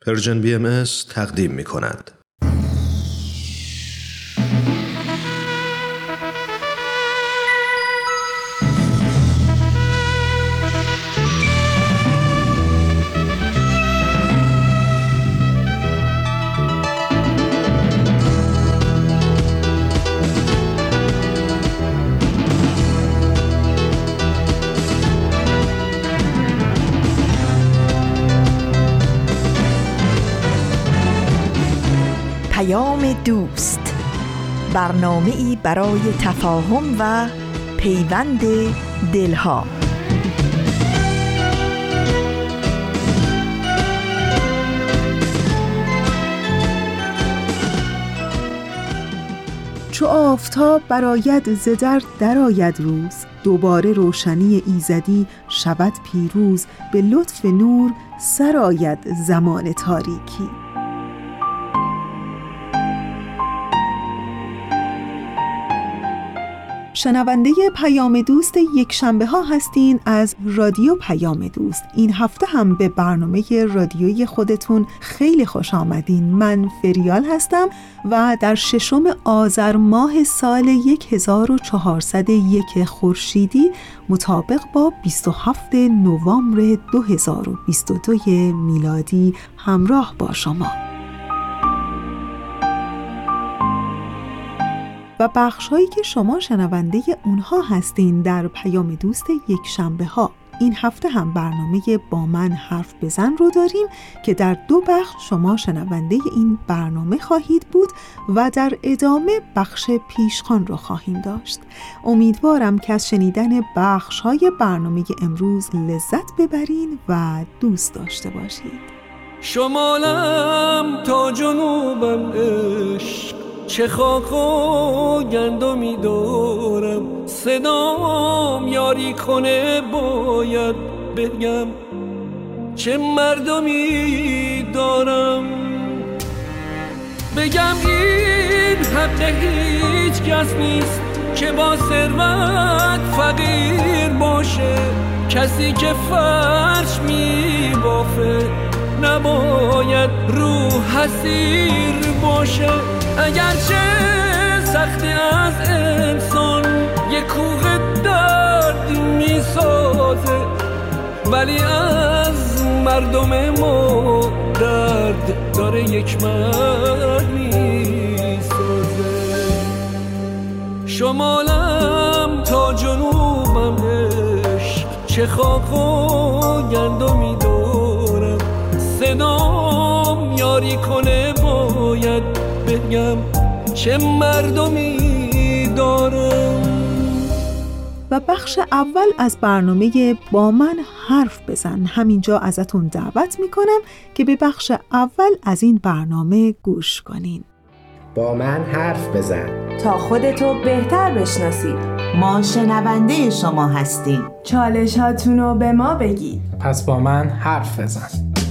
پرژن BMS تقدیم می کند. دوست، برنامه‌ای برای تفاهم و پیوند دلها. چو آفتاب برآید ز در درآید روز، دوباره روشنی ایزدی شود پیروز، به لطف نور سرآید زمان تاریکی. شنونده پیام دوست یک شنبه ها هستین از رادیو پیام دوست. این هفته هم به برنامه رادیویی خودتون خیلی خوش آمدین. من فریال هستم و در 6 آذر ماه سال 1401 خورشیدی مطابق با 27 نوامبر 2022 میلادی همراه با شما. و بخش‌هایی که شما شنونده اونها هستین در پیام دوست یک شنبه ها. این هفته هم برنامه با من حرف بزن رو داریم که در 2 بخش شما شنونده این برنامه خواهید بود و در ادامه بخش پیشخوان رو خواهیم داشت. امیدوارم که از شنیدن بخش‌های برنامه امروز لذت ببرین و دوست داشته باشید. شمالم تا جنوبم عشق، چه خاک و گندمی دارم، صدام یاری کنه باید بگم چه مردمی دارم. بگم این حق هیچ کس نیست که با ثروت فقیر باشه، کسی که فرش می بافه نباید رو حسیر باشه. اگرچه سختی از انسان یک کوه درد می سازه، ولی از مردم ما درد داره یک مرد می سازه. شمالم تا جنوبم عشق، چه خاک و گندمی دارم، صدام یاری کنه باید بگم چه مردمی دارم. و بخش اول از برنامه با من حرف بزن همینجا ازتون دعوت میکنم که به بخش اول از این برنامه گوش کنین. با من حرف بزن تا خودتو بهتر بشناسید. ما شنونده شما هستیم. چالشاتونو به ما بگید. پس با من حرف بزن.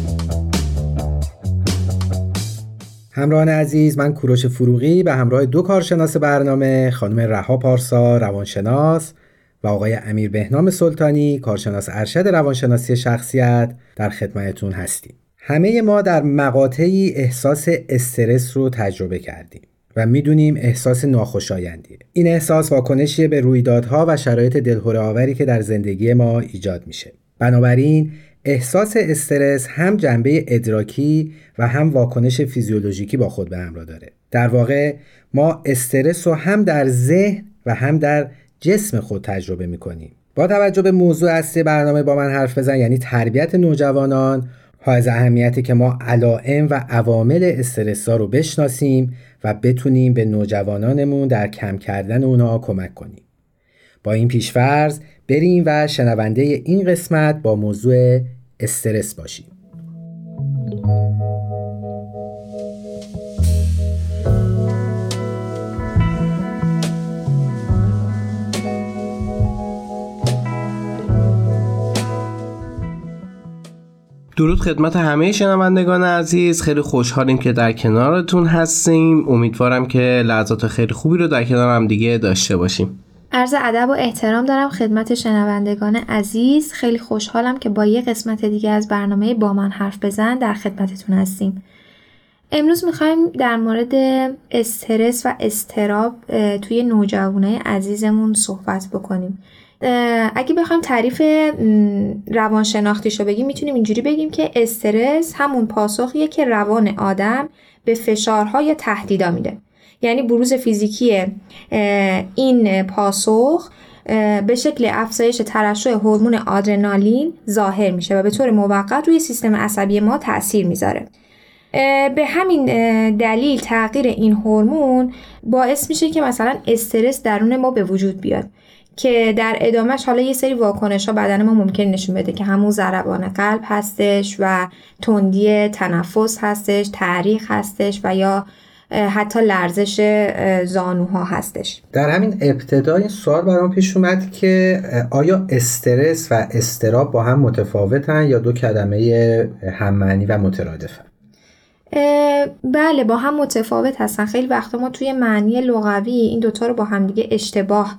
همراهان عزیز، من کوروش فروغی به همراه 2 کارشناس برنامه، خانم رها پارسا روانشناس و آقای امیر بهنام سلطانی کارشناس ارشد روانشناسی شخصیت در خدمتتون هستیم. همه ما در مقاطعی احساس استرس رو تجربه کردیم و میدونیم احساس ناخوشایندیه. این احساس واکنشیه به رویدادها و شرایط دلهره‌آوری که در زندگی ما ایجاد میشه. بنابراین احساس استرس هم جنبه ادراکی و هم واکنش فیزیولوژیکی با خود به همراه داره. در واقع ما استرس رو هم در ذهن و هم در جسم خود تجربه میکنیم. با توجه به موضوع اصلی برنامه با من حرف بزن، یعنی تربیت نوجوانان، حائز اهمیتی که ما علائم و عوامل استرس ها رو بشناسیم و بتونیم به نوجوانانمون در کم کردن اونها کمک کنیم. با این پیش‌فرض بریم و شنونده این قسمت با موضوع استرس باشیم. درود خدمت همه شنوندگان عزیز. خیلی خوشحالیم که در کنارتون هستیم. امیدوارم که لحظات خیلی خوبی رو در کنار هم دیگه داشته باشیم. عرض ادب و احترام دارم خدمت شنوندگان عزیز. خیلی خوشحالم که با یه قسمت دیگه از برنامه با من حرف بزن در خدمتتون هستیم. امروز میخوایم در مورد استرس و اضطراب توی نوجوانای عزیزمون صحبت بکنیم. اگه بخوایم تعریف روانشناختیشو بگیم میتونیم اینجوری بگیم که استرس همون پاسخیه که روان آدم به فشارها یا تهدیدا میده. یعنی بروز فیزیکی این پاسخ به شکل افزایش ترشح هورمون آدرنالین ظاهر میشه و به طور موقت روی سیستم عصبی ما تأثیر میذاره. به همین دلیل تغییر این هورمون باعث میشه که مثلا استرس درون ما به وجود بیاد که در ادامهش حالا یه سری واکنش‌ها بدن ما ممکن نشون بده که همون ضربان قلب هستش و تندی تنفس هستش، تعریق هستش و یا حتی لرزش زانوها هستش. در همین ابتدا این سوال برام پیش اومد که آیا استرس و اضطراب با هم متفاوتن یا دو کلمه هم‌معنی و مترادفن؟ بله با هم متفاوت هستن. خیلی وقتا ما توی معنی لغوی این دوتا رو با هم دیگه اشتباه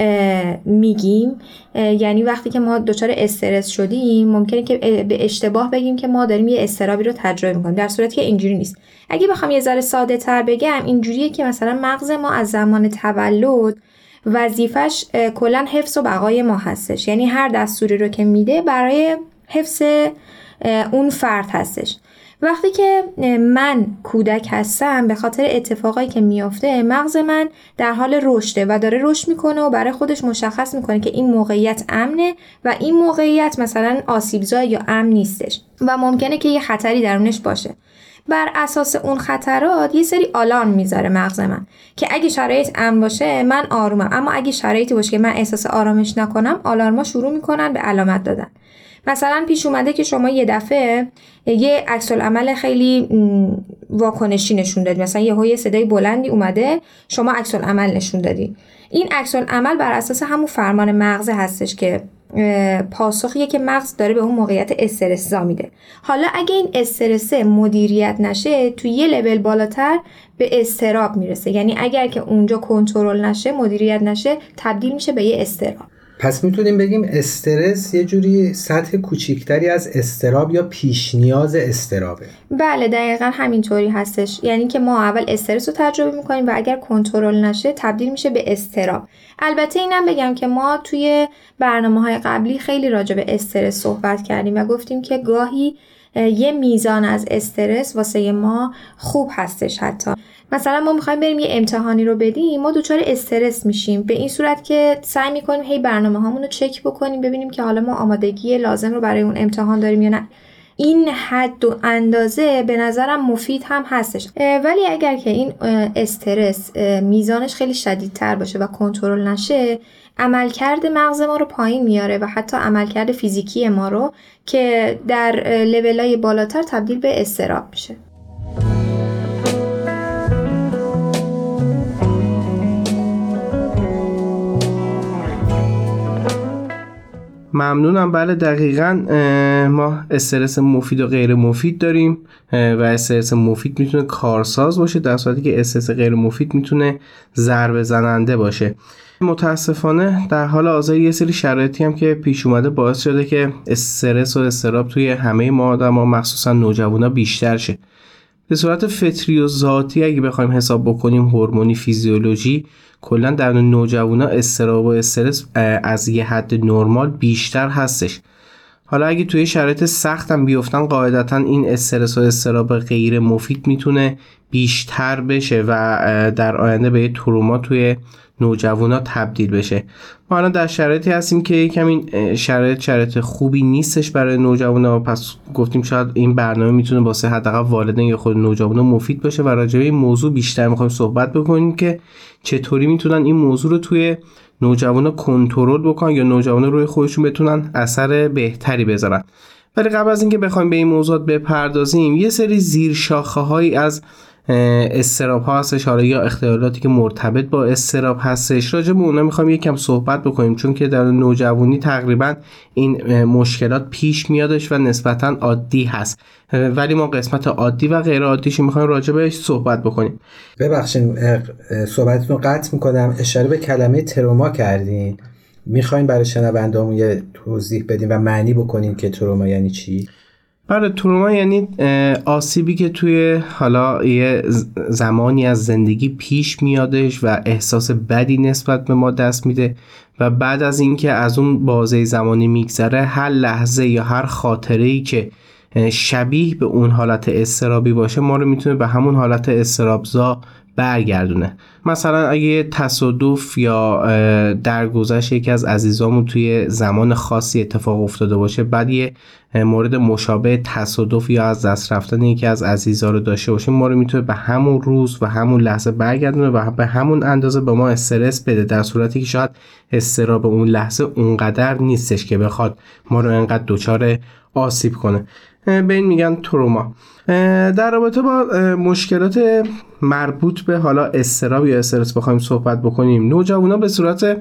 میگیم. یعنی وقتی که ما دچار استرس شدیم ممکنه که به اشتباه بگیم که ما داریم یه اضطرابی رو تجربه میکنیم، در صورتی که اینجوری نیست. اگه بخوام یه ذره ساده تر بگم اینجوریه که مثلا مغز ما از زمان تولد وظیفش کلا حفظ و بقای ما هستش. یعنی هر دستوری رو که میده برای حفظ اون فرد هستش. وقتی که من کودک هستم به خاطر اتفاقایی که میافته مغز من در حال رشده و داره رشد میکنه و برای خودش مشخص میکنه که این موقعیت امنه و این موقعیت مثلا آسیبزا یا امن نیستش و ممکنه که یه خطری درونش باشه. بر اساس اون خطرات یه سری آلارم میذاره مغز من که اگه شرایط امن باشه من آرومم، اما اگه شرایطی باشه که من احساس آرامش نکنم آلارما شروع میکنن به علامت دادن. مثلا پیش اومده که شما یه دفعه یه عکس العمل خیلی واکنشی نشون دادی، مثلا یه صدای بلندی اومده شما عکس العمل نشون دادی. این عکس العمل بر اساس همون فرمان مغز هستش که پاسخیه که مغز داره به اون موقعیت استرس میده. حالا اگه این استرس مدیریت نشه توی یه لول بالاتر به اضطراب میرسه. یعنی اگر که اونجا کنترل نشه، مدیریت نشه، تبدیل میشه به یه اضطراب. پس میتونیم بگیم استرس یه جوری سطح کوچیکتری از اضطراب یا پیش نیاز اضطرابه. بله دقیقاً همینطوری هستش. یعنی که ما اول استرس رو تجربه میکنیم و اگر کنترل نشه تبدیل میشه به اضطراب. البته اینم بگم که ما توی برنامه‌های قبلی خیلی راجع به استرس صحبت کردیم و گفتیم که گاهی یه میزان از استرس واسه ما خوب هستش. حتی مثلا ما میخوایم بریم یه امتحانی رو بدیم، ما دچار استرس میشیم به این صورت که سعی میکنیم هی برنامه هامون رو چک بکنیم ببینیم که حالا ما آمادگی لازم رو برای اون امتحان داریم یا نه. این حد و اندازه به نظرم مفید هم هستش، ولی اگر که این استرس میزانش خیلی شدیدتر باشه و کنترل نشه عملکرد مغز ما رو پایین میاره و حتی عملکرد فیزیکی ما رو که در لولای بالاتر تبدیل به اضطراب میشه. ممنونم. بله دقیقاً ما استرس مفید و غیر مفید داریم و استرس مفید میتونه کارساز باشه در صورتی که استرس غیر مفید میتونه ضربه زننده باشه. متاسفانه در حال حاضر یه سری شرایطی هم که پیش اومده باعث شده که استرس و اضطراب توی همه ما آدم‌ها مخصوصا نوجوانا بیشتر شه. به صورت فطری و ذاتی اگه بخوایم حساب بکنیم هورمونی فیزیولوژی کلا در نوجوانا اضطراب و استرس از یه حد نرمال بیشتر هستش. حالا اگه توی شرایط سخت هم بیفتن قاعدتا این استرس و اضطراب غیر مفید میتونه بیشتر بشه و در آینده به یه تروما توی نوجوانا تبدیل بشه. ما الان در شرایطی هستیم که یکم این شرایط خوبی نیستش برای نوجوانا، پس گفتیم شاید این برنامه میتونه واسه حداقل والدین یا خود نوجوانا مفید باشه و راجع به این موضوع بیشتر میخوایم صحبت بکنیم که چطوری میتونن این موضوع رو توی نوجوانا کنترل بکنن یا نوجوانا روی خودشون بتونن اثر بهتری بذارن. ولی قبل از اینکه بخوایم به این موضوعات بپردازیم یه سری زیر شاخه‌هایی از اضطراب ها هستش، حالا یا اختلالاتی که مرتبط با اضطراب هستش، راجع به اونا میخوام یکم صحبت بکنیم، چون که در نوجوانی تقریبا این مشکلات پیش میادش و نسبتا عادی هست، ولی ما قسمت عادی و غیر عادیش میخوایم راجع بهش صحبت بکنیم. ببخشید صحبتتون رو قطع میکنم، اشاره به کلمه تروما کردین، میخواین برای شنوندهامون یه توضیح بدین و معنی بکنین که تروما یعنی چی؟ بله، تروما یعنی آسیبی که توی حالا یه زمانی از زندگی پیش میادش و احساس بدی نسبت به ما دست میده و بعد از اینکه از اون بازه زمانی میگذره، هر لحظه یا هر خاطره‌ای که شبیه به اون حالت اضطرابی باشه ما رو میتونه به همون حالت اضطرابزا برگردونه. مثلا اگه تصادف یا درگذشت یکی از عزیزامون توی زمان خاصی اتفاق افتاده باشه، بعد یه مورد مشابه تصادف یا از دست رفتن یکی از عزیزا رو داشته باشه، ما رو میتونه به همون روز و همون لحظه برگردونه و به همون اندازه به ما استرس بده، در صورتی که شاید اضطراب اون لحظه اونقدر نیستش که بخواد ما رو انقدر دچار آسیب کنه. به این میگن تروما. در رابطه با مشکلات مربوط به حالا اضطراب یا استرس بخوایم صحبت بکنیم، نوجوانا به صورت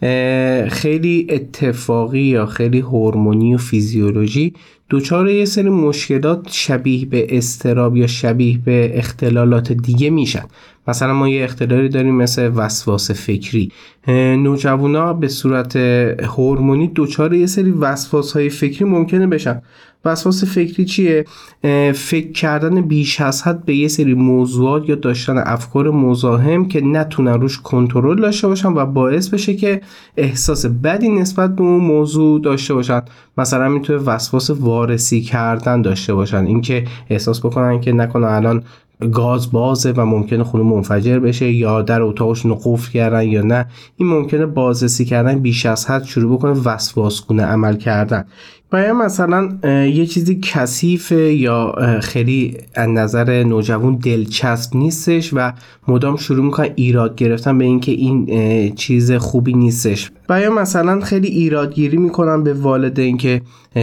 خیلی اتفاقی یا خیلی هورمونی و فیزیولوژی دچار یه سری مشکلات شبیه به اضطراب یا شبیه به اختلالات دیگه میشن. مثلا ما یه اختلالی داریم مثل وسواس فکری. نوجوانا به صورت هورمونی دچار یه سری وسواس‌های فکری ممکنه بشن. وسواس فکری چیه؟ فکر کردن بیش از حد به یه سری موضوعات یا داشتن افکار مزاحم که نتونن روش کنترل داشته باشن و باعث بشه که احساس بدی نسبت به اون موضوع داشته باشن. مثلا میتونه وسواس وارسی کردن داشته باشن، اینکه احساس بکنن که نکنه الان گاز بازه و ممکنه خونه منفجر بشه، یا در اتاقشون رو قفل کردن، یا نه این ممکنه بازرسی کردن بیش از حد شروع بکنه وسواسگونه عمل کردن. یا مثلا یه چیزی کثیفه یا خیلی از نظر نوجوان دلچسب نیستش و مدام شروع میکنن ایراد گرفتن به اینکه این چیز خوبی نیستش. یا مثلا خیلی ایرادگیری میکنن به والدین که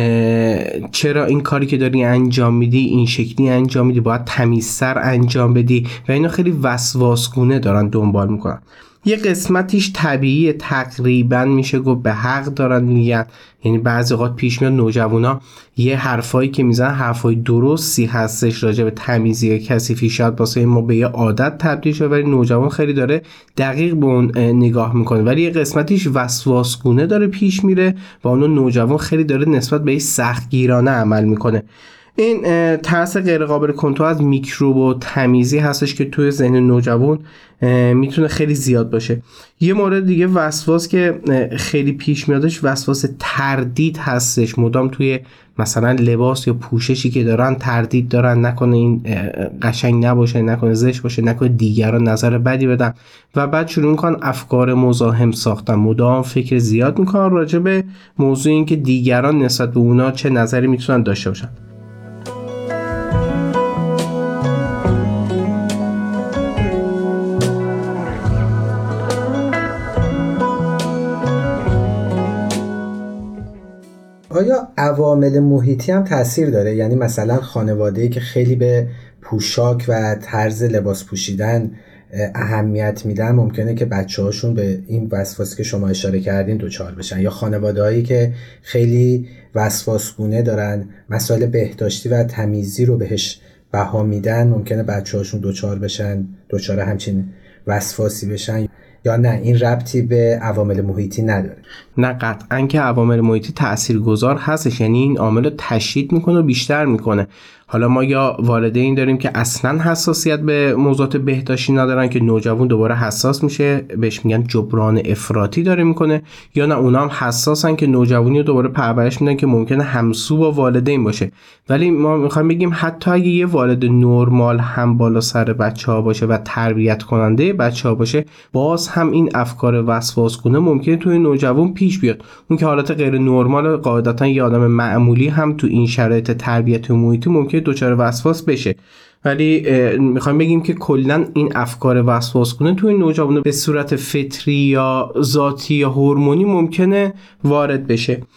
چرا این کاری که داری انجام میدی این شکلی انجام میدی، باید تمیزتر انجام بدی، و اینا خیلی وسواسگونه دارن دنبال میکنن. یه قسمتیش طبیعیه، تقریبا میشه گفت به حق دارن میگن. یعنی بعضی اوقات پیش میاد نوجوانا یه حرفایی که میزنن حرفای درستی هستش راجع به تمیزی یا کثیفی، شاید واسه ما به یه عادت تبدیل شده، ولی نوجوان خیلی داره دقیق به اون نگاه میکنه. ولی یه قسمتیش وسواسگونه داره پیش میره و اون نوجوان خیلی داره نسبت به سختگیرانه عمل میکنه. این ترس غیر قابل کنترل از میکروب و تمیزی هستش که توی ذهن نوجوان میتونه خیلی زیاد باشه. یه مورد دیگه وسواس که خیلی پیش میادش وسواس تردید هستش. مدام توی مثلا لباس یا پوششی که دارن تردید دارن، نکنه این قشنگ نباشه، نکنه زشت باشه، نکنه دیگران نظر بدی بدن، و بعد شروع میکنن افکار مزاحم ساختن. مدام فکر زیاد میکنن راجع به موضوع این که دیگران نسبت به اونا چه نظری میتونن داشته باشن. آیا عوامل محیطی هم تأثیر داره؟ یعنی مثلا خانواده‌ای که خیلی به پوشاک و طرز لباس پوشیدن اهمیت میدن ممکنه که بچه‌هاشون به این وسواسی که شما اشاره کردین دچار بشن، یا خانواده‌هایی که خیلی وسواسگونه دارن، مسائل بهداشتی و تمیزی رو بهش بها میدن، ممکنه بچه‌هاشون دچار همچین وسواسی بشن، یا نه این ربطی به عوامل محیطی نداره؟ نه، قطعاً که عوامل محیطی تاثیرگذار هستش، یعنی این عامل رو تشدید میکنه و بیشتر میکنه. حالا ما یا والدین داریم که اصلا حساسیت به موضوعات بهداشتی ندارن که نوجوان دوباره حساس میشه، بهش میگن جبران افراطی داره میکنه، یا نه اونا هم حساسن که نوجوانی رو دوباره پرورش میدن که ممکنه همسو با والدین باشه. ولی ما میخوایم بگیم حتی اگه یه والد نرمال هم بالا سر بچه‌ها باشه و تربیت کننده بچه‌ها باشه، باز هم این افکار وسواسگونه ممکنه توی نوجوان پیش بیاد. اون که حالت غیر نرمال قاعدتاً یه آدم معمولی هم تو این شرایط تربیت محیطی ممکنه دچار وسواس بشه. ولی میخوایم بگیم که کلا این افکار وسواسگونه توی نوجوان به صورت فطری یا ذاتی یا هورمونی ممکنه وارد بشه.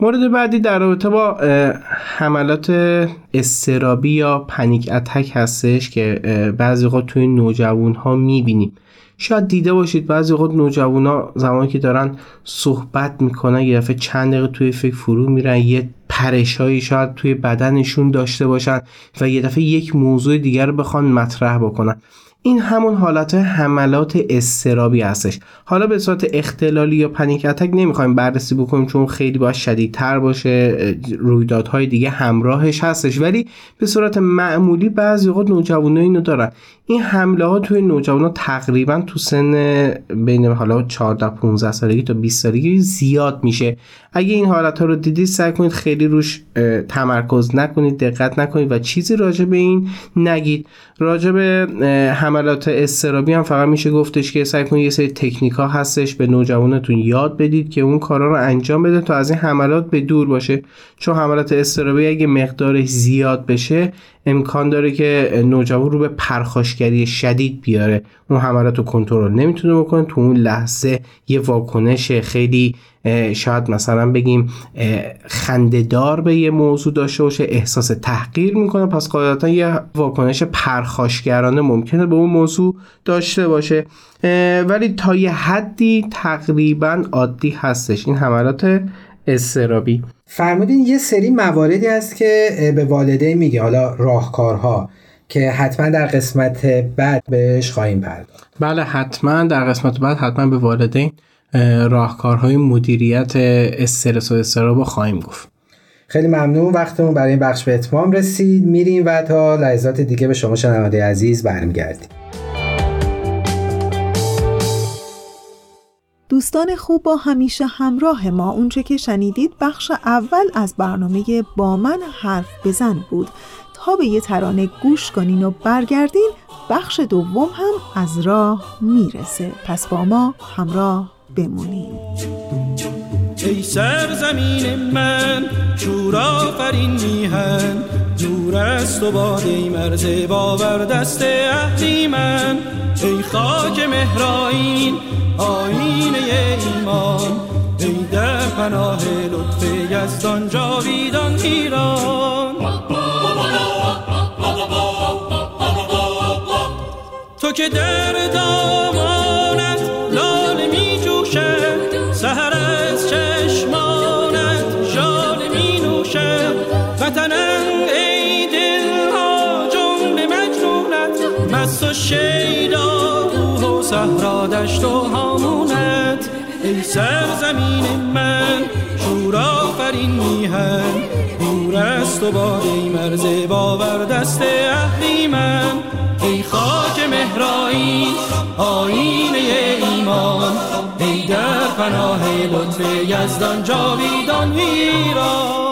مورد بعدی در رابطه با حملات اضطرابی یا پنیک اتک هستش که بعضی وقت توی نوجوان‌ها می‌بینیم. شاید دیده باشید بعضی وقت نوجوان‌ها زمانی که دارن صحبت میکنن یه دفعه چند دقیقه توی فکر فرو میرن، یه پرشایی شاید توی بدنشون داشته باشن و یه دفعه یک موضوع دیگر رو بخوان مطرح بکنن. این همون حالت حملات اضطرابی هستش. حالا به صورت اختلالی یا پنیک اتک نمیخوایم بررسی بکنیم چون خیلی باید شدیدتر باشه، رویدادهای دیگه همراهش هستش، ولی به صورت معمولی بعضی وقت نوجوانا اینو دارن. این حمله ها توی نوجوانا تقریبا تو سن بین حالا 14-15 سالگی تا 20 سالگی زیاد میشه. اگه این حالت ها رو دیدید سعی کنید خیلی روش تمرکز نکنید، دقت نکنید و چیزی راجع به این نگید. راجع به حملات اضطرابی هم فقط میشه گفتش که سعی کنید یه سری تکنیک‌ها هستش به نوجوانتون یاد بدید که اون کارا رو انجام بده تا از این حملات به دور باشه، چون حملات اضطرابی اگه مقدارش زیاد بشه امکان داره که نوجوان رو به پرخاشگری شدید بیاره. اون حملات رو کنترل نمیتونه بکنه، تو اون لحظه یه واکنش خیلی شاید مثلا بگیم خنده‌دار به یه موضوع داشته باشه، احساس تحقیر میکنه، پس قاعدتا یه واکنش پرخاشگرانه ممکنه به اون موضوع داشته باشه، ولی تا یه حدی تقریبا عادی هستش این حملات اضطرابی. فرمودین یه سری مواردی هست که به والدین میگه، حالا راهکارها که حتما در قسمت بعد بهش خواهیم پرداخت. بله حتما در قسمت بعد حتما به والدین راهکارهای مدیریت استرس و اضطراب خواهیم گفت. خیلی ممنون، وقتمون برای این بخش به اتمام رسید. میریم و تا لحظات دیگه به شما شنونده عزیز برمیگردیم. دوستان خوب، با همیشه همراه ما. اونچه که شنیدید بخش اول از برنامه با من حرف بزن بود. تا به یه ترانه گوش کنین و برگردین بخش دوم هم از راه میرسه، پس با ما همراه بمونین. ای سرزمین من شور آفرین میهن، دور است و باده مرز باور دست اهریمن. ای خاک مهرائین آینه ایمان، ای در پناه لطف یزدان جاویدان ایران. تو که در دامانت لاله می جوشد، سحر از چشمانت ژاله می نوشد. وطنم ای دلها جمله مجنونت، مست و شیدا کوه و صحرا دشت و هامونت. ای سرزمین من شور آفرین میهن، دور است و باده مرز باور دست اهریمن. ای خاک مهرائین آینه ایمان، ای در پناه لطف یزدان جاویدان ایران.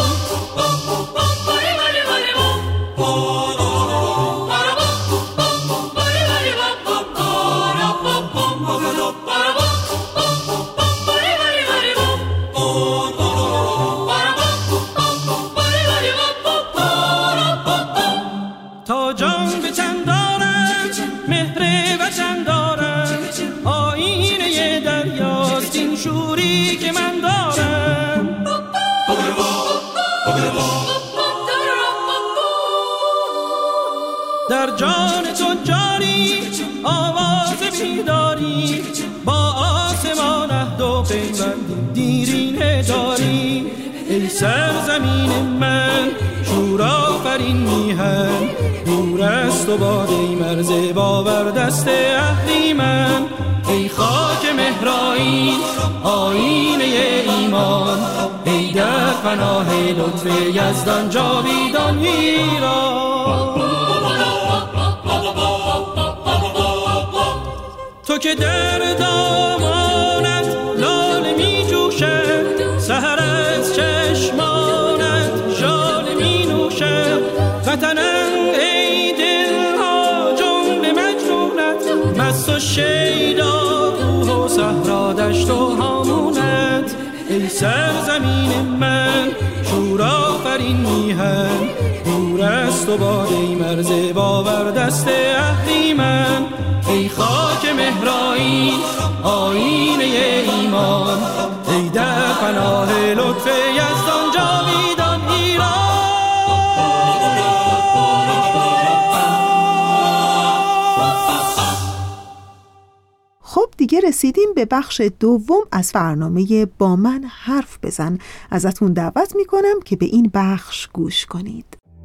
در جان تو جاری آواز بیداری، با آسمان عهد و پیوند دیرینه داری. ای سرزمین من شور آفرین میهن، دور است و باده مرز باور دست اهریمن. ای خاک مهرائین آینه ایمان، ای در پناه لطف یزدان جاویدان ایران. تو که در دامانت لاله می جوشد، سحر از چشمانت ژاله می نوشد. وطنم ای دلها جمله مجنونت، مست و شیدا کوه و صحرا دشت و هامونت. ای سرزمین من شور آفرین میهن، دور دور از تو باد ای مرز باور دست اهریمن، ای خاک مهرایی آینه ایمان، ای در پناه لطف یزدان جاویدان ایران. خب دیگه رسیدیم به بخش دوم از برنامه با من حرف بزن. ازتون دعوت میکنم که به این بخش گوش کنید.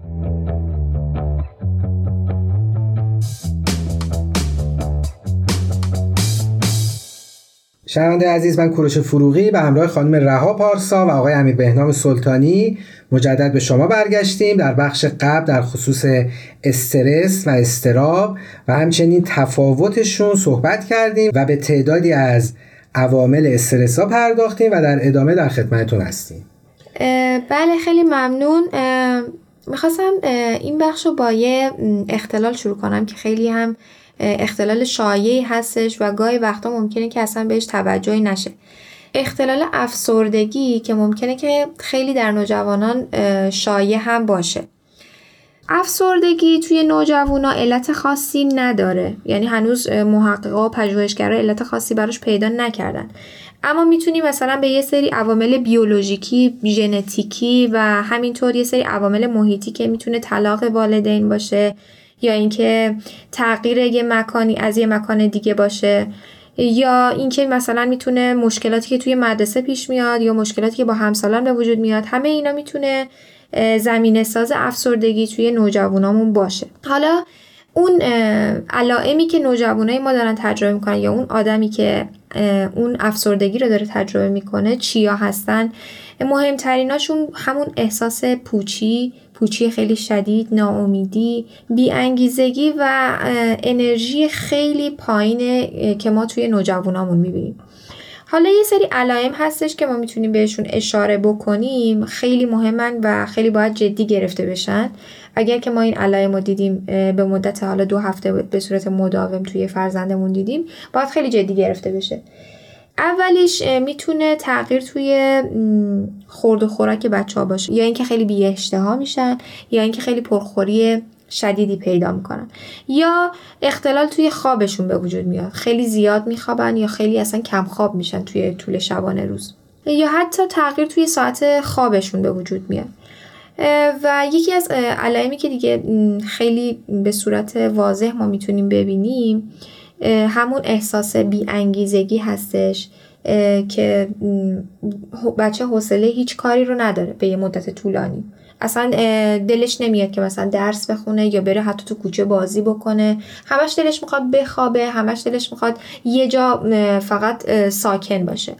شنونده عزیز، من کوروش فروغی به همراه خانم رها پارسا و آقای امیر بهنام سلطانی مجدد به شما برگشتیم. در بخش قبل در خصوص استرس و اضطراب و همچنین تفاوتشون صحبت کردیم و به تعدادی از عوامل استرس ها پرداختیم و در ادامه در خدمتتون هستیم. بله خیلی ممنون. میخواستم این بخش رو با یه اختلال شروع کنم که خیلی هم اختلال شایعی هستش و گاهی وقتا ممکنه که اصلا بهش توجهی نشه. اختلال افسردگی که ممکنه که خیلی در نوجوانان شایع هم باشه. افسردگی توی نوجوانا علت خاصی نداره، یعنی هنوز محققا و پژوهشگرا علت خاصی براش پیدا نکردن، اما میتونیم مثلا به یه سری عوامل بیولوژیکی، ژنتیکی و همینطور یه سری عوامل محیطی که میتونه طلاق والدین باشه یا اینکه تغییر یه مکانی از یه مکان دیگه باشه یا اینکه مثلا میتونه مشکلاتی که توی مدرسه پیش میاد یا مشکلاتی که با همسالان به وجود میاد، همه اینا میتونه زمینه ساز افسردگی توی نوجوانامون باشه. حالا اون علائمی که نوجوانای ما دارن تجربه میکنن یا اون آدمی که اون افسردگی رو داره تجربه میکنه چیا هستن؟ مهمتریناشون همون احساس پوچی خیلی شدید، ناامیدی، بی‌انگیزگی و انرژی خیلی پایینه که ما توی نوجوانامون میبینیم. حالا یه سری علائم هستش که ما میتونیم بهشون اشاره بکنیم، خیلی مهمن و خیلی باید جدی گرفته بشن. اگر که ما این علائم رو دیدیم به مدت حالا 2 هفته به صورت مداوم توی فرزندمون دیدیم، باید خیلی جدی گرفته بشه. اولیش میتونه تغییر توی خورد و خوراک بچه‌ها باشه، یا اینکه خیلی بی‌اشتها میشن یا اینکه خیلی پرخوری شدیدی پیدا میکنن، یا اختلال توی خوابشون به وجود میاد، خیلی زیاد میخوابن یا خیلی اصلا کم خواب میشن توی طول شبانه روز، یا حتی تغییر توی ساعت خوابشون به وجود میاد. و یکی از علائمی که دیگه خیلی به صورت واضح ما میتونیم ببینیم همون احساس بی‌انگیزگی هستش که بچه حوصله هیچ کاری رو نداره به یه مدت طولانی، اصلا دلش نمیاد که مثلا درس بخونه یا بره حتی تو کوچه بازی بکنه، همش دلش میخواد بخوابه، همش دلش میخواد یه جا فقط ساکن باشه.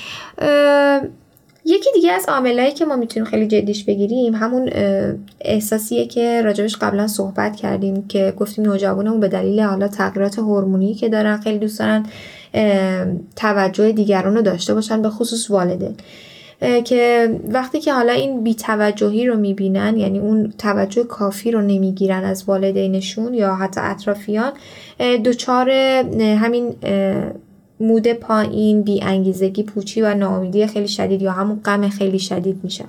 یکی دیگه از عاملایی که ما میتونیم خیلی جدیش بگیریم همون احساسیه که راجبش قبلا صحبت کردیم که گفتیم نوجوانمون به دلیل حالا تغییرات هورمونی که دارن خیلی دوست دارن توجه دیگران رو داشته باشن، به خصوص والدین، که وقتی که حالا این بی‌توجهی رو میبینن، یعنی اون توجه کافی رو نمیگیرن از والدینشون یا حتی اطرافیان، دچار همین مود پایین، بی‌انگیزگی، پوچی و ناامیدی خیلی شدید یا همون غم خیلی شدید میشن.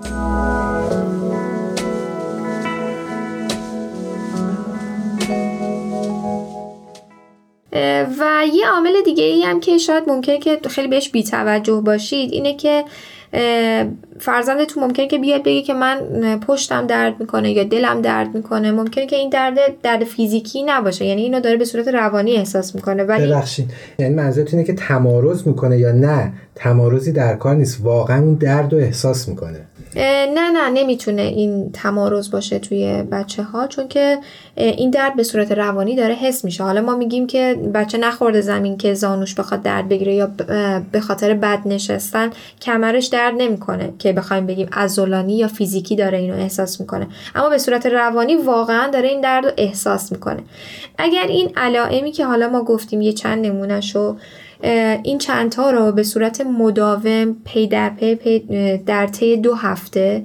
و یه عامل دیگه ای هم که شاید ممکنه که خیلی بهش بی‌توجه باشید اینه که فرزندتون ممکنه که بیاد بگه که من پشتم درد میکنه یا دلم درد میکنه، ممکنه که این درد فیزیکی نباشه، یعنی اینو داره به صورت روانی احساس میکنه. ولی ببخشید، یعنی منظورت اینه که تمارض میکنه یا نه تمارضی در کار نیست، واقعا اون درد رو احساس میکنه؟ نه نمیتونه این تمارض باشه توی بچه ها، چون که این درد به صورت روانی داره حس میشه. حالا ما میگیم که بچه نخورده زمین که زانوش بخواد درد بگیره یا به خاطر بد نشستن کمرش درد نمیکنه که بخوایم بگیم عضلانی یا فیزیکی داره اینو احساس میکنه، اما به صورت روانی واقعا داره این درد رو احساس میکنه. اگر این علائمی که حالا ما گفتیم یه چند نمونهشو، این چندتا رو به صورت مداوم پی در طی 2 هفته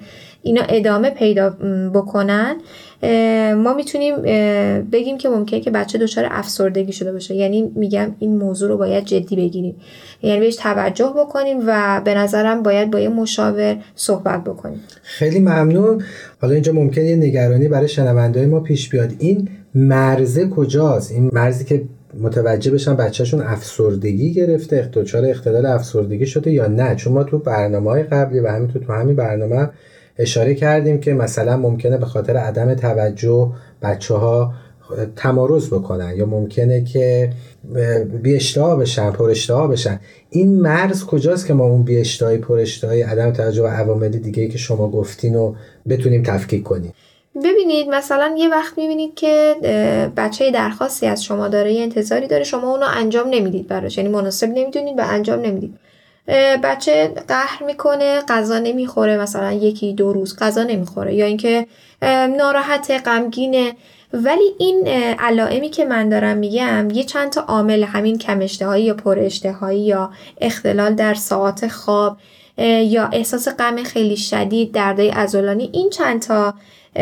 اینا ادامه پیدا بکنن، ما میتونیم بگیم که ممکنه که بچه دچار افسردگی شده باشه. یعنی میگم این موضوع رو باید جدی بگیریم، یعنی بهش توجه بکنیم و به نظرم باید با یه مشاور صحبت بکنیم. خیلی ممنون. حالا اینجا ممکنه یه نگرانی برای شنونده‌های ما پیش بیاد، این مرزه کجاست؟ این مرزی که متوجه بشن بچهشون افسردگی گرفته، دچار اختلال افسردگی شده یا نه؟ چون ما تو برنامه‌های قبلی و همینطور تو همین برنامه اشاره کردیم که مثلا ممکنه به خاطر عدم توجه بچه‌ها تمارض بکنن یا ممکنه که بی اشتها بشن، پر اشتها بشن. این مرز کجاست که ما اون بی اشتهایی، پر اشتهایی، عدم توجه و عوامل دیگه‌ای که شما گفتین رو بتونیم تفکیک کنیم؟ ببینید مثلا یه وقت میبینید که بچه درخواستی از شما داره، یه انتظاری داره، شما اونو انجام نمیدید براش، یعنی مناسب نمیدونید و انجام نمیدید. بچه قهر میکنه، غذا نمیخوره، مثلا 1-2 روز غذا نمیخوره، یا اینکه ناراحت، غمگینه. ولی این علائمی که من دارم میگم یه چند تا عامل، همین کم اشتهایی یا پر اشتهایی یا اختلال در ساعات خواب یا احساس غم خیلی شدید، دردای عضلانی، این چند تا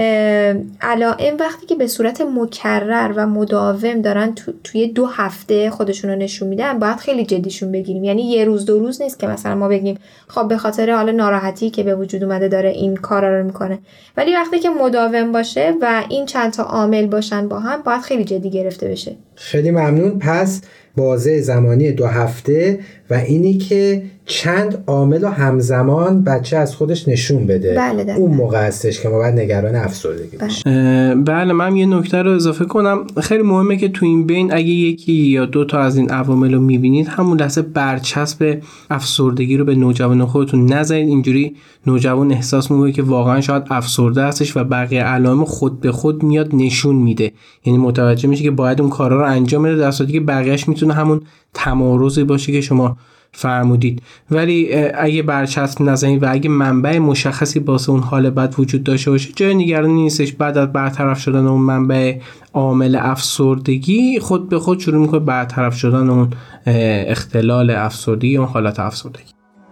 علائم وقتی که به صورت مکرر و مداوم دارن توی 2 هفته خودشون رو نشون میدن، باید خیلی جدیشون بگیریم. یعنی 1 روز 2 روز نیست که مثلا ما بگیم خب به خاطر حال ناراحتی که به وجود اومده داره این کارا رو میکنه، ولی وقتی که مداوم باشه و این چند تا عامل باشن با هم، باید خیلی جدی گرفته بشه. خیلی ممنون. پس بازه زمانی 2 هفته و اینی که چند عامل رو همزمان بچه از خودش نشون بده. بله اون موقع هستش که ما باید نگران افسردگی باشیم. بله، من یه نکته رو اضافه کنم. خیلی مهمه که تو این بین اگه 1 یا 2 تا از این عوامل رو میبینید، همون لحظه برچسب افسردگی رو به نوجوان خودتون نزنید. اینجوری نوجوان احساس میکنه که واقعا شاید افسرده هستش و بقیه علائم خود به خود میاد نشون میده، یعنی متوجه میشه که باید اون کارا رو انجام بده، در صورتی که بقیه‌اش میتونه همون تمارضی باشه که شما فرمودید. ولی اگه برچسب نزنید و اگه منبع مشخصی واسه اون حال بد وجود داشته باشه، جای نگرانی نیستش. بعد از برطرف شدن اون منبع عامل افسردگی، خود به خود شروع میکنه برطرف شدن اون اختلال افسردگی، اون حالت افسردگی.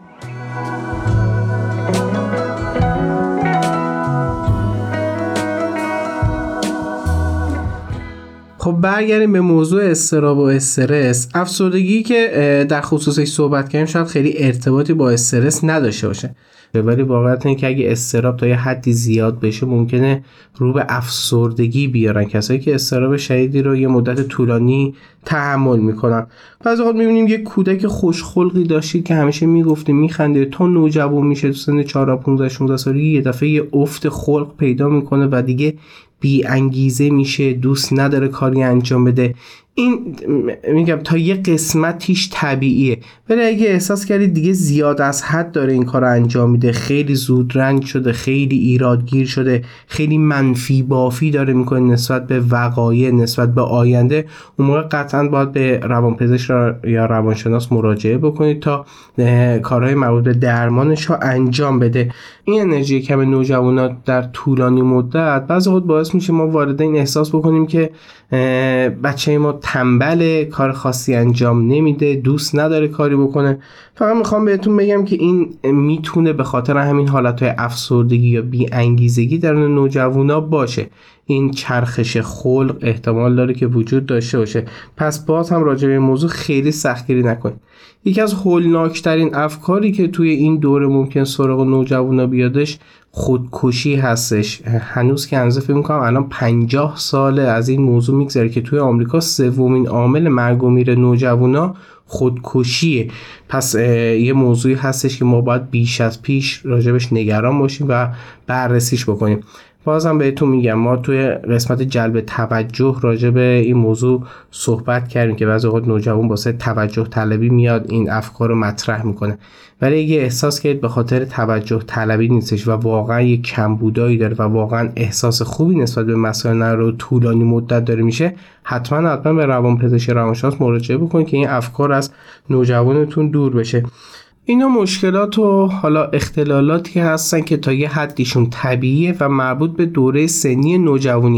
خب برگردیم به موضوع اضطراب و استرس. افسردگی که در خصوصش صحبت کردیم شاید خیلی ارتباطی با استرس نداشته باشه، ولی واقعیت اینه که اگه اضطراب تا یه حدی زیاد بشه ممکنه رو به افسردگی بیارن کسایی که اضطراب شدیدی رو یه مدت طولانی تحمل میکنن. بعضی وقت میبینیم یه کودک خوشخلقی داشتید که همیشه میگفته میخنده، تا نوجوان میشه تو سن 14-15-16 سالگی یه دفعه یه افت خلق پیدا میکنه و دیگه بی انگیزه میشه، دوست نداره کاری انجام بده. این میگم تا یه قسمتیش طبیعیه، ولی اگه احساس کردید دیگه زیاد از حد داره این کار انجام میده، خیلی زود رنج شده، خیلی ایرادگیر شده، خیلی منفی بافی داره میکنه نسبت به وقایع، نسبت به آینده، اون موقع قطعا باید به روانپزشک یا روانشناس مراجعه بکنید تا کارهای مربوط به درمانش رو انجام بده. این انرژی کم نوجوانات در طولانی مدت بعضی وقت باعث میشه ما والدین احساس بکنیم که بچه ما تنبله، کار خاصی انجام نمیده، دوست نداره کاری بکنه. فقط میخوام بهتون بگم که این میتونه به خاطر همین حالتهای افسردگی یا بی انگیزگی در نوجوانا باشه. این چرخش خلق احتمال داره که وجود داشته باشه. پس باز هم راجع به این موضوع خیلی سختگیری نکنید. یکی از هولناکترین افکاری که توی این دوره ممکن سراغ نوجوانا بیادش خودکشی هستش. هنوز که هنوز فکر می‌کنم الان 50 ساله از این موضوع میگذره که توی آمریکا 3مین عامل مرگ و میر نوجوانا خودکشیه. پس یه موضوعی هستش که ما باید بیش از پیش راجبش نگران باشیم و بررسیش بکنیم. بازم بهتون میگم ما توی قسمت جلب توجه راجع به این موضوع صحبت کردیم که بعضی وقت نوجوان واسه توجه طلبی میاد این افکار رو مطرح میکنه، ولی اگه احساس کردید به خاطر توجه طلبی نیستش و واقعا یک کمبودایی داره و واقعا احساس خوبی نسبت به مسائل رو طولانی مدت داره میشه، حتما به روانپزشک روانشناس مراجعه بکنید که این افکار از نوجوانتون دور بشه. اینا مشکلات و حالا اختلالاتی هستن که تا یه حدیشون طبیعیه و مربوط به دوره سنی نوجوانیه.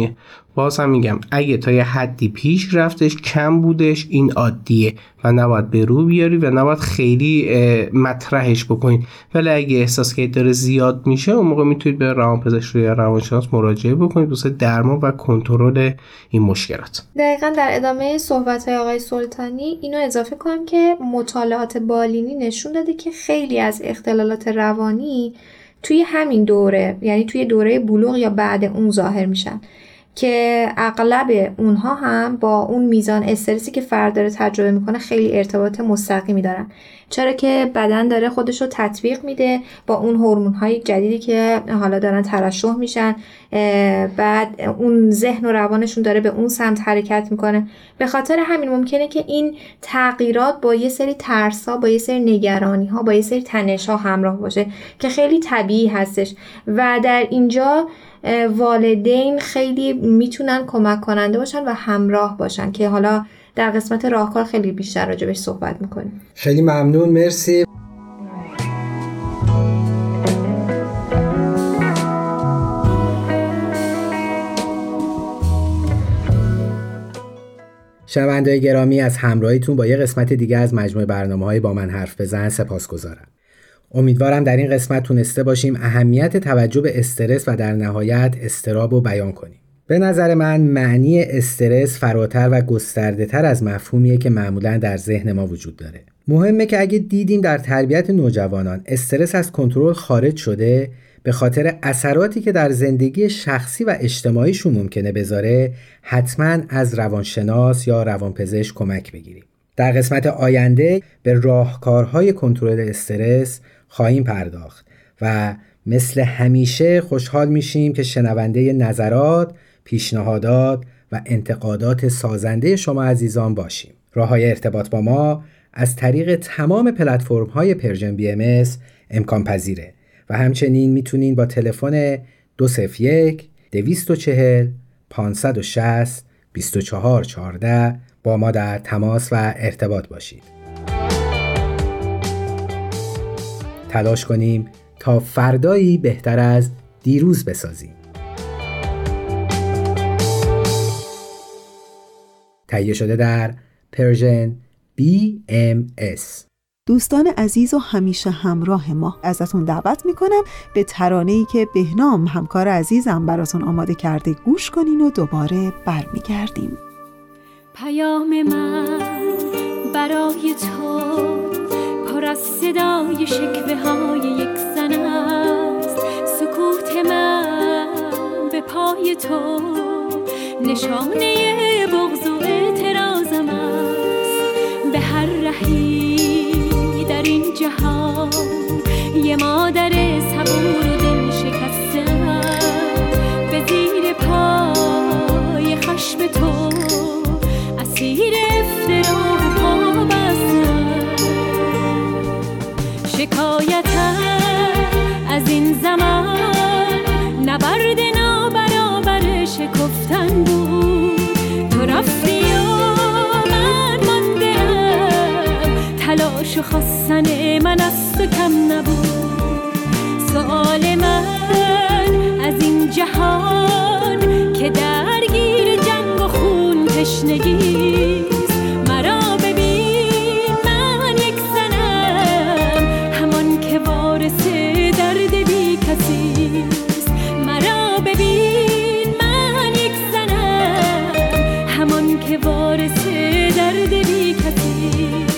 باز هم میگم اگه تا یه حدی پیش رفتش کم بودش این عادیه و نباید به رو بیاری و نباید خیلی مطرحش بکنید، ولی اگه احساس کنید داره زیاد میشه اون موقع میتونید به روانپزشک یا روانشناس مراجعه بکنید واسه درمان و کنترل این مشکلات. دقیقاً در ادامه صحبت‌های آقای سلطانی اینو اضافه کنم که مطالعات بالینی نشون داده که خیلی از اختلالات روانی توی همین دوره، یعنی توی دوره بلوغ یا بعد اون ظاهر میشن که اغلب اونها هم با اون میزان استرسی که فرد داره تجربه میکنه خیلی ارتباط مستقیمی دارن، چرا که بدن داره خودش رو تطبیق میده با اون هورمون‌های جدیدی که حالا دارن ترشح میشن، بعد اون ذهن و روانشون داره به اون سمت حرکت میکنه. به خاطر همین ممکنه که این تغییرات با یه سری ترس‌ها، با یه سری نگرانی‌ها، با یه سری تنش‌ها همراه باشه که خیلی طبیعی هستش و در اینجا والدین خیلی میتونن کمک کننده باشن و همراه باشن که حالا در قسمت راهکار خیلی بیشتر راجبش صحبت میکنیم. خیلی ممنون، مرسی. شنونده‌های گرامی، از همراهیتون با یه قسمت دیگه از مجموعه برنامه‌های با من حرف بزن سپاسگزارم. امیدوارم در این قسمت تونسته باشیم اهمیت توجه به استرس و در نهایت اضطراب رو بیان کنیم. به نظر من معنی استرس فراتر و گسترده‌تر از مفهومیه که معمولاً در ذهن ما وجود داره. مهمه که اگه دیدیم در تربیت نوجوانان استرس از کنترل خارج شده، به خاطر اثراتی که در زندگی شخصی و اجتماعیشون ممکنه بذاره، حتماً از روانشناس یا روانپزشک کمک بگیریم. در قسمت آینده به راهکارهای کنترل استرس خواهیم پرداخت و مثل همیشه خوشحال میشیم که شنونده نظرات، پیشنهادات و انتقادات سازنده شما عزیزان باشیم. راههای ارتباط با ما از طریق تمام پلتفرم‌های پرژن BMS امکان پذیره و همچنین میتونین با تلفن 201 240 560 2414 با ما در تماس و ارتباط باشید. تلاش کنیم تا فردایی بهتر از دیروز بسازیم. تهیه شده در پرژن BMS. دوستان عزیز و همیشه همراه ما، ازتون دعوت میکنم به ترانه‌ای که بهنام همکار عزیزم براتون آماده کرده گوش کنین و دوباره برمیگردیم. پیام من برای تو پر از صدای شکوه های یک زن است، سکوت من به پای تو نشانه بغض و اعتراضم است. به هر رهی در این جهان یه مادر صبور و دل شکسته به زیر پای خشم تو اسیر افترا پا بستم. شکایتم از این زمان نبرد نابرابر شکفتن بود. تو رفتی و من ماندم، تلاش و خواستن من از تو کم نبود. سؤال من از این جهان که درگیر جنگ و خون تشنگیست، مرا ببین من یک زنم همان که وارث درد بی کسیست. مرا ببین من یک زنم همان که وارث درد بی کسیست.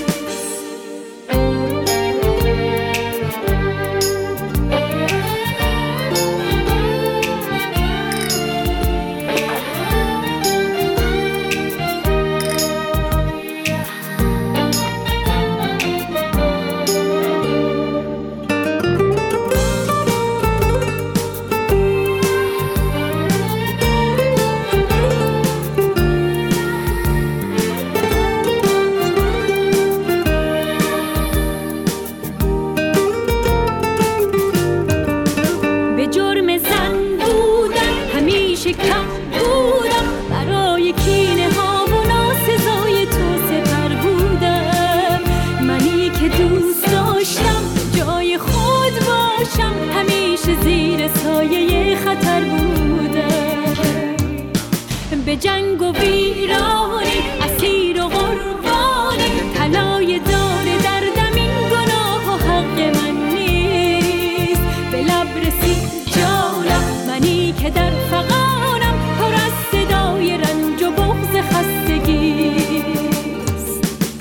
جنگ و ویرانی، اسیر و قربانی، طلای دار دردم این گناه و حق من نیست. به لب رسید جانم، منی که در فغانم پر از صدای رنج و بغض خستگیست.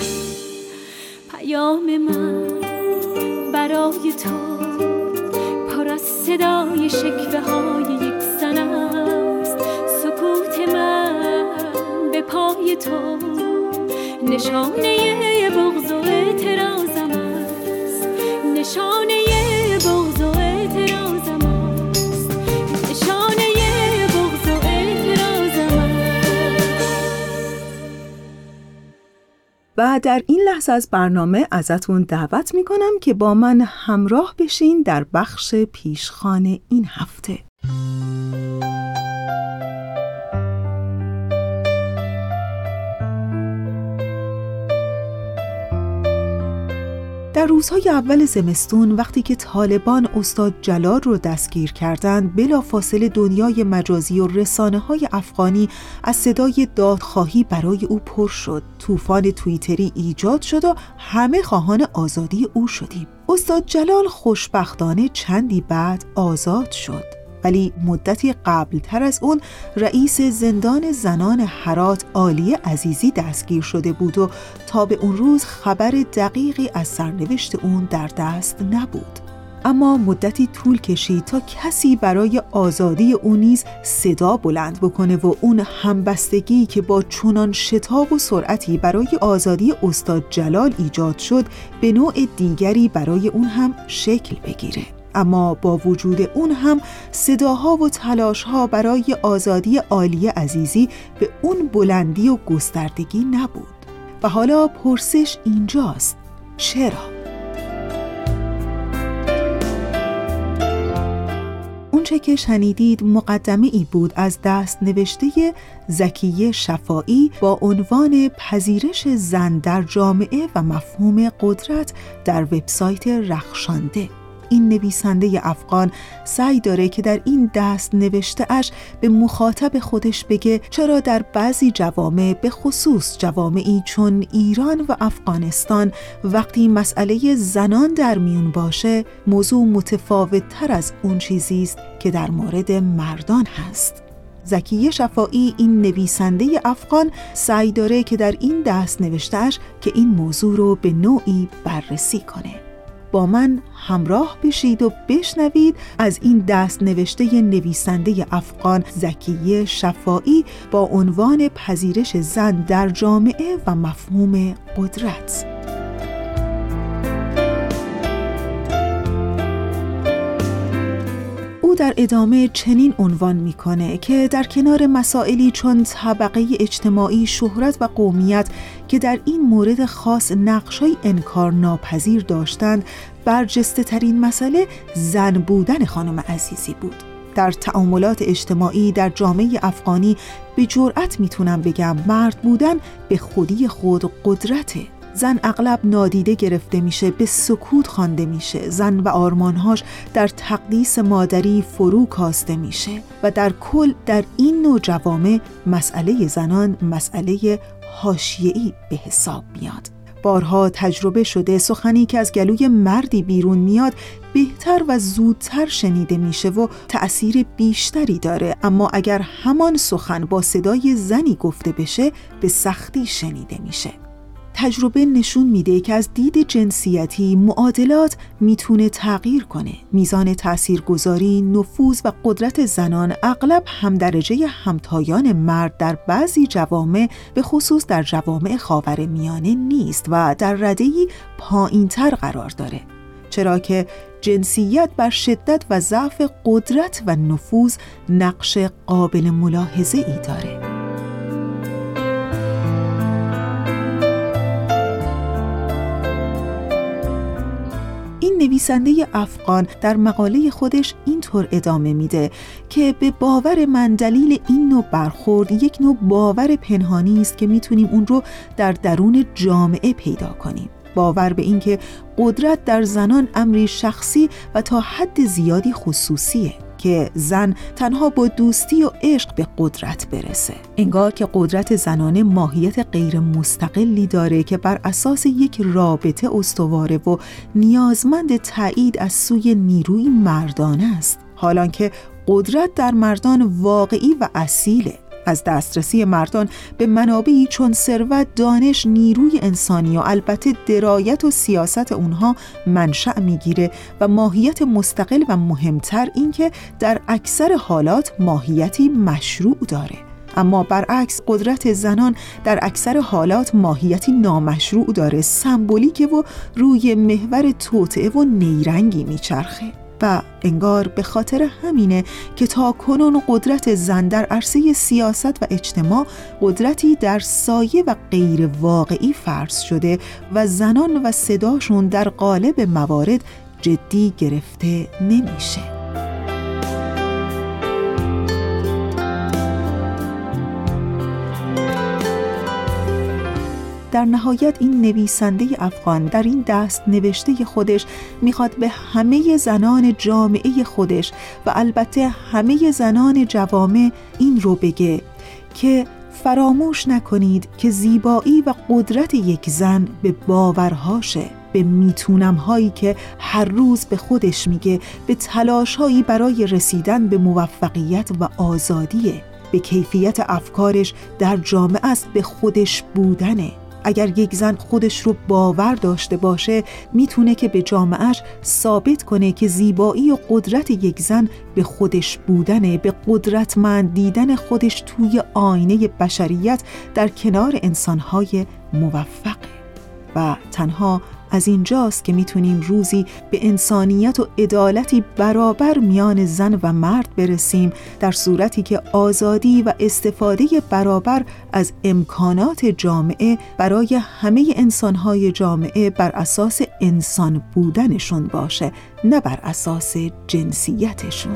پیام من برای تو پر از صدای شکوه های یک زن است. سکوت من به پای تو نشانه بغض و اعتراضم است. نشانه بغض و اعتراضم است. نشانه بغض و اعتراضم است. و در این لحظه از برنامه ازتون دعوت میکنم که با من همراه بشین در بخش پیشخوان این هفته. در روزهای اول زمستون وقتی که طالبان استاد جلال رو دستگیر کردند، بلافاصله دنیای مجازی و رسانه‌های افغانی از صدای دادخواهی برای او پر شد. طوفان توییتری ایجاد شد و همه خواهان آزادی او شدیم. استاد جلال خوشبختانه چندی بعد آزاد شد، ولی مدتی قبلتر از اون رئیس زندان زنان هرات عالیه عزیزی دستگیر شده بود و تا به اون روز خبر دقیقی از سرنوشت اون در دست نبود. اما مدتی طول کشید تا کسی برای آزادی اون نیز صدا بلند بکنه و اون همبستگی که با چنان شتاب و سرعتی برای آزادی استاد جلال ایجاد شد به نوع دیگری برای اون هم شکل بگیره. اما با وجود اون هم صداها و تلاشها برای آزادی عالیه عزیزی به اون بلندی و گستردگی نبود. و حالا پرسش اینجاست: چرا؟ اونچه که شنیدید مقدمه ای بود از دست نوشته زکیه شفاعی با عنوان پذیرش زن در جامعه و مفهوم قدرت در وبسایت رخشانده. این نویسنده افغان سعی داره که در این دست نوشته اش به مخاطب خودش بگه چرا در بعضی جوامع، به خصوص جوامعی چون ایران و افغانستان، وقتی مسئله زنان در میون باشه موضوع متفاوت تر از اون چیزی است که در مورد مردان هست. زکیه شفاعی، این نویسنده افغان، سعی داره که در این دست نوشته اش که این موضوع رو به نوعی بررسی کنه. با من همراه بشید و بشنوید از این دست نوشته نویسنده افغان زکیه شفاعی با عنوان پذیرش زن در جامعه و مفهوم قدرت. او در ادامه چنین عنوان میکنه که در کنار مسائلی چون طبقه اجتماعی، شهرت و قومیت که در این مورد خاص نقش‌های انکارناپذیر داشتند، برجسته ترین مسئله زن بودن خانم عزیزی بود. در تعاملات اجتماعی در جامعه افغانی به جرأت میتونم بگم مرد بودن به خودی خود قدرته. زن اغلب نادیده گرفته میشه، به سکوت خوانده میشه. زن و آرمانهاش در تقدیس مادری فرو کاسته میشه و در کل در این نوع جوامع مسئله زنان مسئله حاشیه‌ای به حساب میاد. بارها تجربه شده سخنی که از گلوی مردی بیرون میاد بهتر و زودتر شنیده میشه و تأثیر بیشتری داره، اما اگر همان سخن با صدای زنی گفته بشه به سختی شنیده میشه. تجربه نشون میده که از دید جنسیتی معادلات میتونه تغییر کنه. میزان تاثیرگذاری، نفوذ و قدرت زنان اغلب هم درجه همتایان مرد در بعضی جوامع، به خصوص در جوامع خاورمیانه نیست و در رده‌ای پایین‌تر قرار داره، چرا که جنسیت بر شدت و ضعف قدرت و نفوذ نقش قابل ملاحظه‌ای داره. نویسنده افغان در مقاله خودش اینطور ادامه میده که به باور من دلیل این نوع برخورد یک نوع باور پنهانی است که میتونیم اون رو در درون جامعه پیدا کنیم. باور به این که قدرت در زنان امری شخصی و تا حد زیادی خصوصیه. که زن تنها با دوستی و عشق به قدرت برسه. انگار که قدرت زنانه ماهیت غیر مستقلی داره که بر اساس یک رابطه استواره و نیازمند تایید از سوی نیروی مردانه است، حالان که قدرت در مردان واقعی و اصیله. از دسترسی مردان به منابعی چون ثروت، دانش، نیروی انسانی و البته درایت و سیاست اونها منشأ میگیره و ماهیت مستقل و مهمتر این که در اکثر حالات ماهیتی مشروع داره. اما برعکس قدرت زنان در اکثر حالات ماهیتی نامشروع داره، سمبولیکه و روی محور توطئه و نیرنگی میچرخه. و انگار به خاطر همینه که تا کنون قدرت زن در عرصه سیاست و اجتماع قدرتی در سایه و غیر واقعی فرض شده و زنان و صداشون در قالب موارد جدی گرفته نمیشه. در نهایت این نویسنده افغان در این دست نوشته خودش میخواد به همه زنان جامعه خودش و البته همه زنان جوامع این رو بگه که فراموش نکنید که زیبایی و قدرت یک زن به باورهاشه، به میتونم‌هایی که هر روز به خودش میگه، به تلاش‌هایی برای رسیدن به موفقیت و آزادیه، به کیفیت افکارش در جامعه است، به خودش بودنه. اگر یک زن خودش رو باور داشته باشه میتونه که به جامعهش ثابت کنه که زیبایی و قدرت یک زن به خودش بودنه، به قدرتمند دیدن خودش توی آینه بشریت در کنار انسانهای موفقه. و تنها از اینجاست که میتونیم روزی به انسانیت و عدالتی برابر میان زن و مرد برسیم، در صورتی که آزادی و استفاده برابر از امکانات جامعه برای همه انسانهای جامعه بر اساس انسان بودنشون باشه، نه بر اساس جنسیتشون.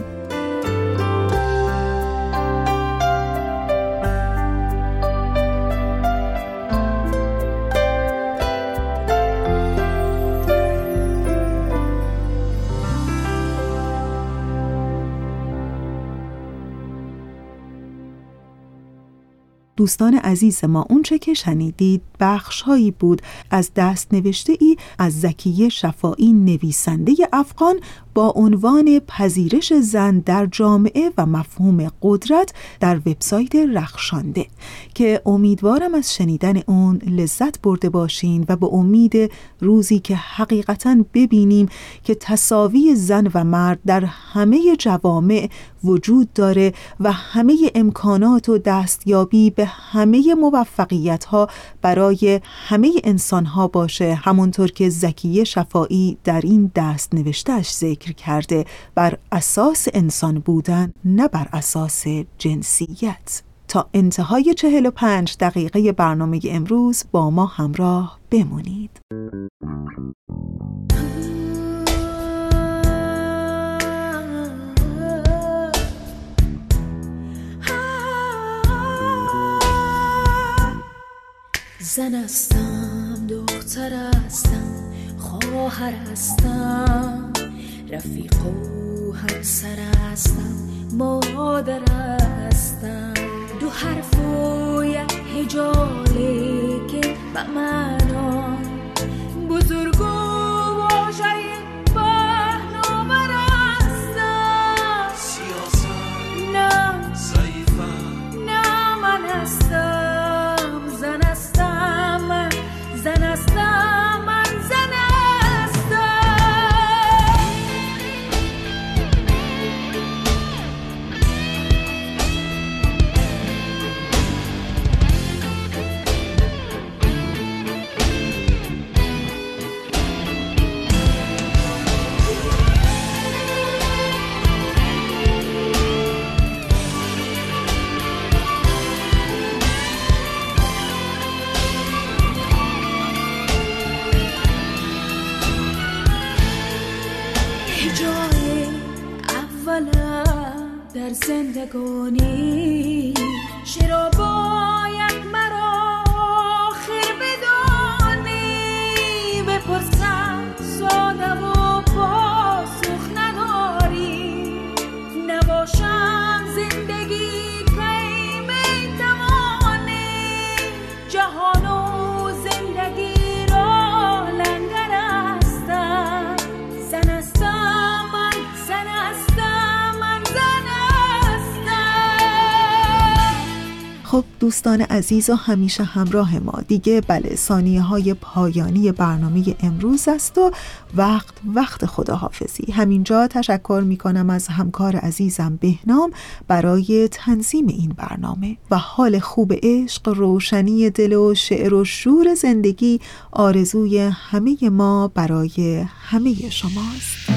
دوستان عزیز ما، اون چه که شنیدید بخش‌هایی بود از دست نوشته‌ای از زکیه شفاعی، نویسنده افغان، با عنوان پذیرش زن در جامعه و مفهوم قدرت در وبسایت رخشانده، که امیدوارم از شنیدن اون لذت برده باشین و به امید روزی که حقیقتاً ببینیم که تساوی زن و مرد در همه جوامع وجود داره و همه امکانات و دستیابی به همه موفقیت‌ها برای همه انسان‌ها باشه، همونطور که زکیه شفاعی در این دست نوشته‌اش ذکر کرده، بر اساس انسان بودن، نه بر اساس جنسیت. تا انتهای 45 دقیقه برنامه امروز با ما همراه بمونید. زن هستم، دختر هستم، خواهر هستم، رفیق و همسر هستم، مادر هستم. دو حرف و یک هجاله که به معنا بزرگ و واژه پهناور هستم. سیاست نه، ضعیفم نه، من هستم، زن هستم، من زن هستم، من زن هستم. جای اولم در زندگانی چرا باید مرا آخر بدانی؟ بپرسم ساده و پاسخ نداری، نه دوستان عزیز و همیشه همراه ما. دیگه بله، ثانیه های پایانی برنامه امروز است و وقت خداحافظی. همینجا تشکر میکنم از همکار عزیزم بهنام برای تنظیم این برنامه و حال خوب عشق، روشنی دل و شعر و شور زندگی آرزوی همه ما برای همه شماست.